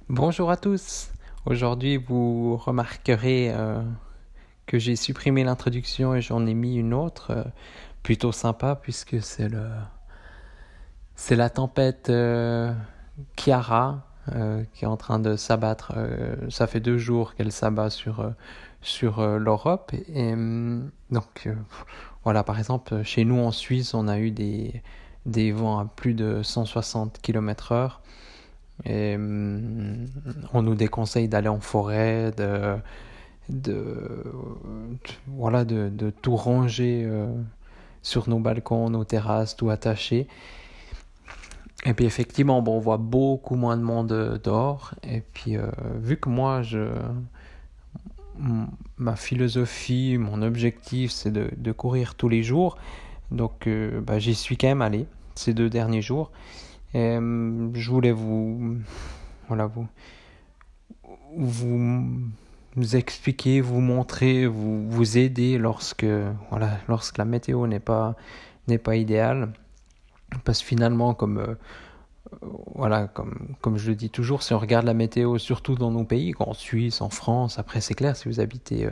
Bonjour à tous. Aujourd'hui, vous remarquerez que j'ai supprimé l'introduction et j'en ai mis une autre plutôt sympa puisque c'est la tempête Kiara qui est en train de s'abattre. Ça fait 2 jours qu'elle s'abat sur l'Europe donc voilà, par exemple chez nous en Suisse, on a eu des vents à plus de 160 km/h. Et on nous déconseille d'aller en forêt, de, de tout ranger sur nos balcons, nos terrasses, tout attaché. Et puis effectivement, bon, on voit beaucoup moins de monde dehors. Et puis vu que ma philosophie, mon objectif, c'est de courir tous les jours, donc j'y suis quand même allé ces 2 derniers jours. Et je voulais voilà, vous expliquer, vous montrer, vous aider lorsque la météo n'est pas idéale. Parce que finalement, comme je le dis toujours, si on regarde la météo, surtout dans nos pays, en Suisse, en France, après c'est clair, si vous habitez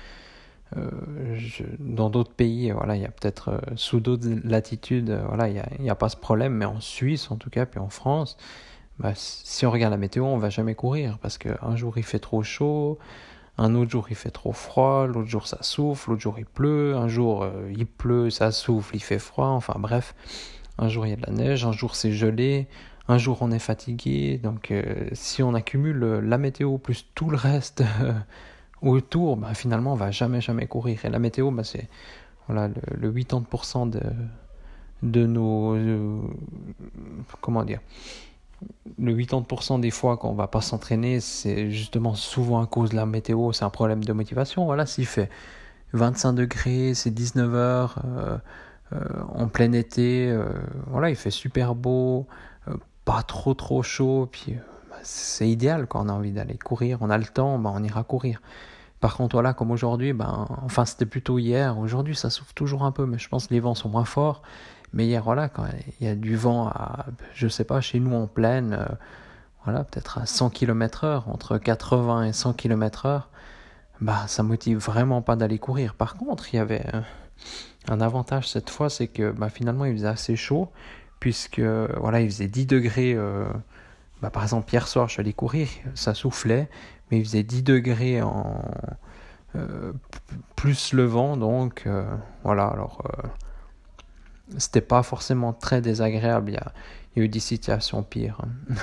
dans d'autres pays, voilà, il y a peut-être sous d'autres latitudes, voilà, il y a pas ce problème, mais en Suisse en tout cas, puis en France, si on regarde la météo, on va jamais courir parce qu'un jour il fait trop chaud, un autre jour il fait trop froid, l'autre jour ça souffle, l'autre jour il pleut, un jour il pleut, ça souffle, il fait froid, enfin bref, un jour il y a de la neige, un jour c'est gelé, un jour on est fatigué, donc si on accumule la météo plus tout le reste autour, finalement on va jamais courir. Et la météo, c'est voilà, le 80% de nos... comment dire, le 80% des fois qu'on va pas s'entraîner, c'est justement souvent à cause de la météo, c'est un problème de motivation. Voilà, s'il fait 25 degrés, c'est 19 heures, en plein été, voilà, il fait super beau, pas trop chaud, puis c'est idéal quand on a envie d'aller courir, on a le temps, on ira courir. Par contre, voilà, comme aujourd'hui, enfin c'était plutôt hier, aujourd'hui ça souffle toujours un peu, mais je pense que les vents sont moins forts. Mais hier, voilà, quand il y a du vent je sais pas, chez nous en plaine, voilà, peut-être à 100 km/h, entre 80 et 100 km/h, ça motive vraiment pas d'aller courir. Par contre, il y avait un avantage cette fois, c'est que finalement il faisait assez chaud, puisque voilà, il faisait 10 degrés. Par exemple, hier soir, je suis allé courir, ça soufflait, mais il faisait 10 degrés euh, plus le vent, donc voilà, alors c'était pas forcément très désagréable, il y a eu des situations pires.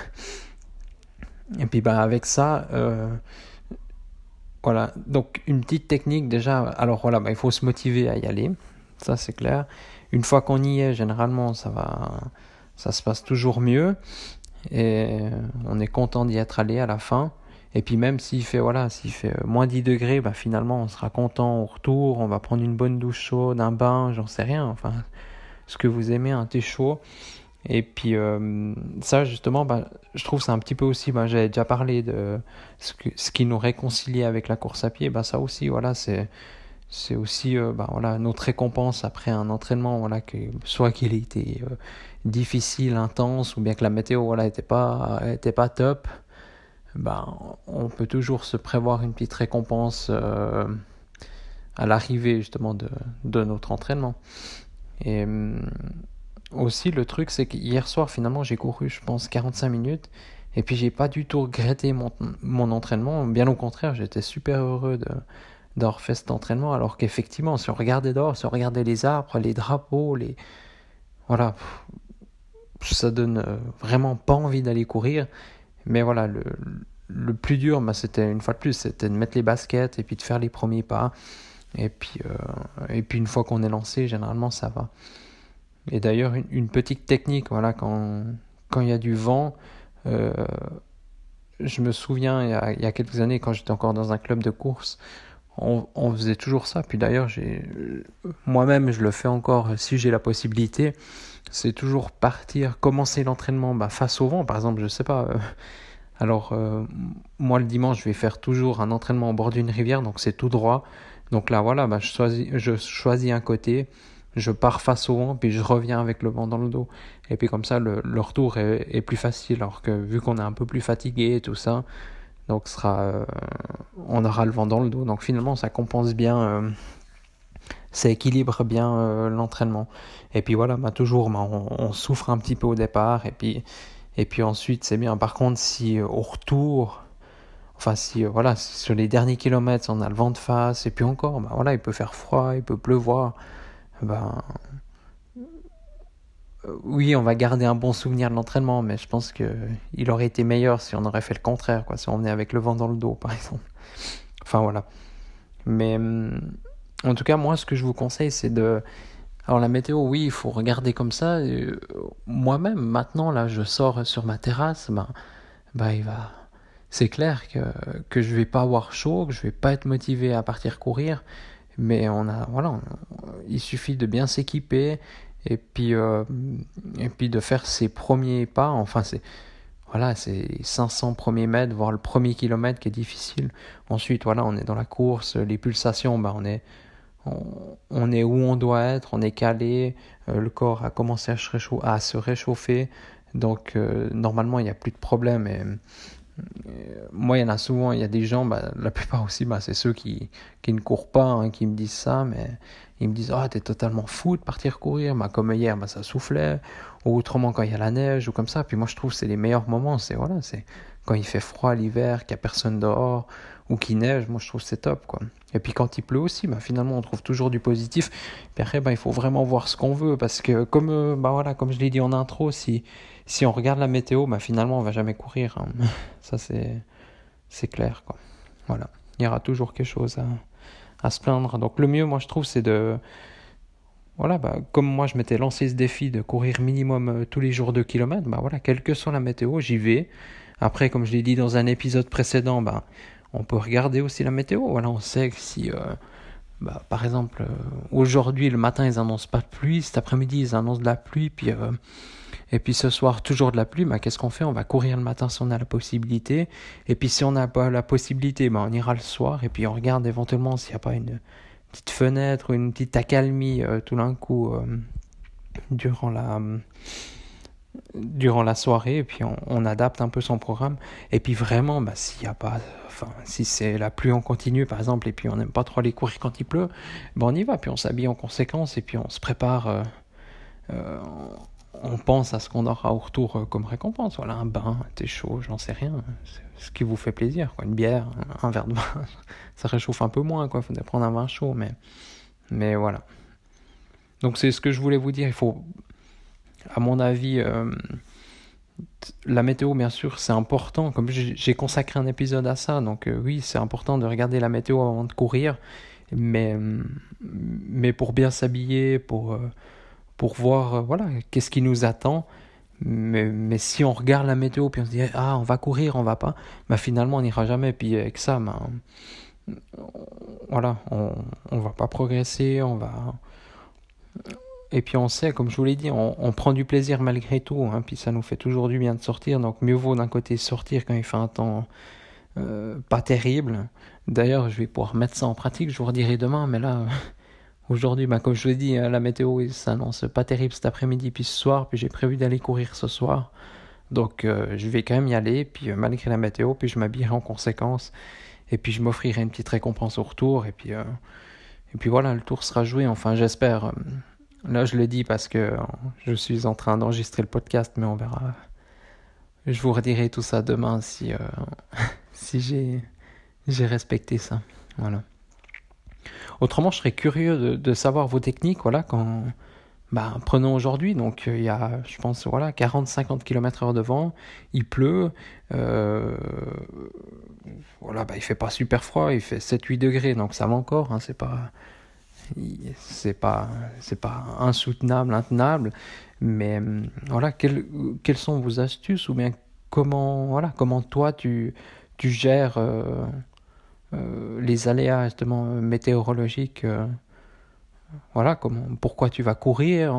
Et puis avec ça, voilà, donc une petite technique déjà, alors voilà, il faut se motiver à y aller, ça c'est clair. Une fois qu'on y est, généralement ça se passe toujours mieux, et on est content d'y être allé à la fin. Et puis même s'il fait moins 10 degrés, finalement on sera content au retour, on va prendre une bonne douche chaude, un bain, j'en sais rien, enfin ce que vous aimez, un thé chaud. Et puis ça justement, je trouve c'est un petit peu aussi, j'avais déjà parlé de ce qui nous réconcilie avec la course à pied, ça aussi, voilà, c'est aussi voilà, notre récompense après un entraînement, voilà, soit qu'il ait été difficile, intense, ou bien que la météo, voilà, était pas top. On peut toujours se prévoir une petite récompense à l'arrivée justement de notre entraînement. Et aussi le truc, c'est qu'hier soir finalement j'ai couru, je pense, 45 minutes, et puis j'ai pas du tout regretté mon entraînement. Bien au contraire, j'étais super heureux d'avoir fait cet entraînement, alors qu'effectivement, si on regardait dehors, si on regardait les arbres, les drapeaux, voilà, ça donne vraiment pas envie d'aller courir. Mais voilà, le plus dur, c'était une fois de plus, c'était de mettre les baskets et puis de faire les premiers pas. Et puis une fois qu'on est lancé, généralement ça va. Et d'ailleurs, une petite technique, voilà, quand il y a du vent, je me souviens, il y a quelques années, quand j'étais encore dans un club de course, on faisait toujours ça. Puis d'ailleurs, moi-même, je le fais encore si j'ai la possibilité. C'est toujours commencer l'entraînement face au vent. Par exemple, je sais pas. Alors, moi, le dimanche, je vais faire toujours un entraînement au bord d'une rivière, donc c'est tout droit. Donc là, voilà, je choisis un côté, je pars face au vent, puis je reviens avec le vent dans le dos. Et puis comme ça, le retour est plus facile, alors que vu qu'on est un peu plus fatigué et tout ça, donc on aura le vent dans le dos. Donc finalement, ça compense bien, ça équilibre bien l'entraînement. Et puis voilà, toujours, on souffre un petit peu au départ, et puis ensuite, c'est bien. Par contre, si au retour... Enfin, si voilà, sur les derniers kilomètres, on a le vent de face, et puis encore, voilà, il peut faire froid, il peut pleuvoir. Ben, oui, on va garder un bon souvenir de l'entraînement, mais je pense que il aurait été meilleur si on aurait fait le contraire, quoi, si on venait avec le vent dans le dos, par exemple. Enfin, voilà. Mais en tout cas, moi, ce que je vous conseille, c'est de... Alors, la météo, oui, il faut regarder comme ça. Moi-même, maintenant, là, je sors sur ma terrasse, il va... C'est clair que je vais pas avoir chaud, que je vais pas être motivé à partir courir, mais il suffit de bien s'équiper et puis de faire ses premiers pas. Enfin, c'est 500 premiers mètres, voire le premier kilomètre qui est difficile. Ensuite, voilà, on est dans la course, les pulsations, on est où on doit être, on est calé, le corps a commencé à se réchauffer, donc normalement il n'y a plus de problème. Et moi, il y en a souvent, il y a des gens, la plupart aussi, c'est ceux qui ne courent pas, hein, qui me disent ça, mais ils me disent, ah, t'es totalement fou de partir courir, comme hier, ça soufflait, ou autrement quand il y a la neige, ou comme ça. Puis moi, je trouve que c'est les meilleurs moments, c'est quand il fait froid l'hiver, qu'il n'y a personne dehors, ou qu'il neige, moi, je trouve que c'est top, quoi. Et puis quand il pleut aussi, finalement, on trouve toujours du positif. Puis après, il faut vraiment voir ce qu'on veut, parce que comme je l'ai dit en intro, si on regarde la météo, finalement, on va jamais courir, hein. Ça, c'est clair, quoi. Voilà. Il y aura toujours quelque chose à se plaindre. Donc, le mieux, moi, je trouve, c'est de... Voilà, comme moi, je m'étais lancé ce défi de courir minimum tous les jours 2 kilomètres, quelle que soit la météo, j'y vais. Après, comme je l'ai dit dans un épisode précédent, on peut regarder aussi la météo. Voilà, on sait que si... par exemple, aujourd'hui, le matin, ils annoncent pas de pluie. Cet après-midi, ils annoncent de la pluie. Et puis ce soir, toujours de la pluie, qu'est-ce qu'on fait? On va courir le matin si on a la possibilité. Et puis si on n'a pas la possibilité, on ira le soir. Et puis on regarde éventuellement s'il n'y a pas une petite fenêtre ou une petite accalmie tout d'un coup durant la soirée. Et puis on adapte un peu son programme. Et puis vraiment, s'il y a pas... Enfin, si c'est la pluie en continu, par exemple, et puis on n'aime pas trop aller courir quand il pleut, on y va. Puis on s'habille en conséquence et puis on se prépare... on pense à ce qu'on aura au retour comme récompense. Voilà, un bain, un thé chaud, j'en sais rien. C'est ce qui vous fait plaisir, quoi. Une bière, un verre de vin, ça réchauffe un peu moins, quoi. Faudrait prendre un vin chaud, mais voilà. Donc c'est ce que je voulais vous dire. Il faut, à mon avis, la météo, bien sûr, c'est important. Comme j'ai consacré un épisode à ça, donc oui, c'est important de regarder la météo avant de courir, mais pour bien s'habiller, pour voir qu'est-ce qui nous attend. Mais si on regarde la météo puis on se dit on va courir, on va pas, finalement on n'ira jamais. Puis avec ça, on va pas progresser, et puis on sait, comme je vous l'ai dit, on prend du plaisir malgré tout, hein, puis ça nous fait toujours du bien de sortir. Donc mieux vaut d'un côté sortir quand il fait un temps pas terrible. D'ailleurs, je vais pouvoir mettre ça en pratique, je vous redirai demain, mais là aujourd'hui, comme je vous l'ai dit, la météo s'annonce pas terrible cet après-midi puis ce soir, puis j'ai prévu d'aller courir ce soir. Donc je vais quand même y aller, puis malgré la météo, puis je m'habillerai en conséquence, et puis je m'offrirai une petite récompense au retour, et puis voilà, le tour sera joué, enfin j'espère. Là je le dis parce que je suis en train d'enregistrer le podcast, mais on verra. Je vous redirai tout ça demain si, si j'ai respecté ça. Voilà. Autrement, je serais curieux de savoir vos techniques, prenons aujourd'hui, donc il y a, je pense, 40-50 km/h de vent, il pleut, il fait pas super froid, il fait 7-8 degrés, donc ça va encore, hein, c'est pas insoutenable, intenable, mais quelles sont vos astuces, ou bien comment toi tu gères les aléas justement météorologiques, pourquoi tu vas courir,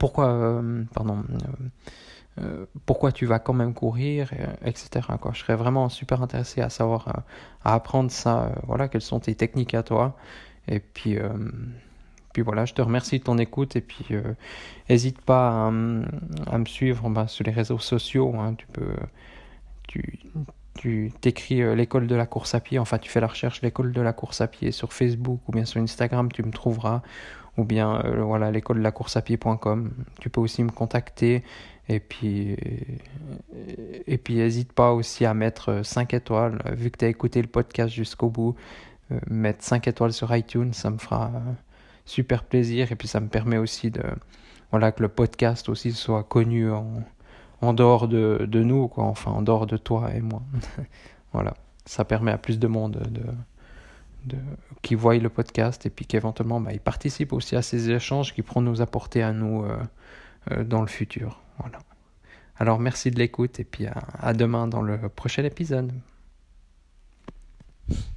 pourquoi tu vas quand même courir, etc. quoi. Je serais vraiment super intéressé à savoir, à apprendre ça, quelles sont tes techniques à toi, et puis Puis voilà, je te remercie de ton écoute et puis n'hésite pas à me suivre sur les réseaux sociaux. Hein. Tu, tu t'écris l'école de la course à pied, enfin tu fais la recherche l'école de la course à pied sur Facebook ou bien sur Instagram, tu me trouveras, ou bien voilà, l'école de la course à pied.com. Tu peux aussi me contacter et puis n'hésite pas aussi à mettre 5 étoiles, vu que tu as écouté le podcast jusqu'au bout, mettre 5 étoiles sur iTunes, ça me fera super plaisir et puis ça me permet aussi voilà, que le podcast aussi soit connu en dehors de nous, quoi, enfin en dehors de toi et moi. Voilà, ça permet à plus de monde qui voient le podcast et puis qu'éventuellement ils participent aussi à ces échanges qui pourront nous apporter à nous dans le futur. Voilà. Alors merci de l'écoute et puis à demain dans le prochain épisode.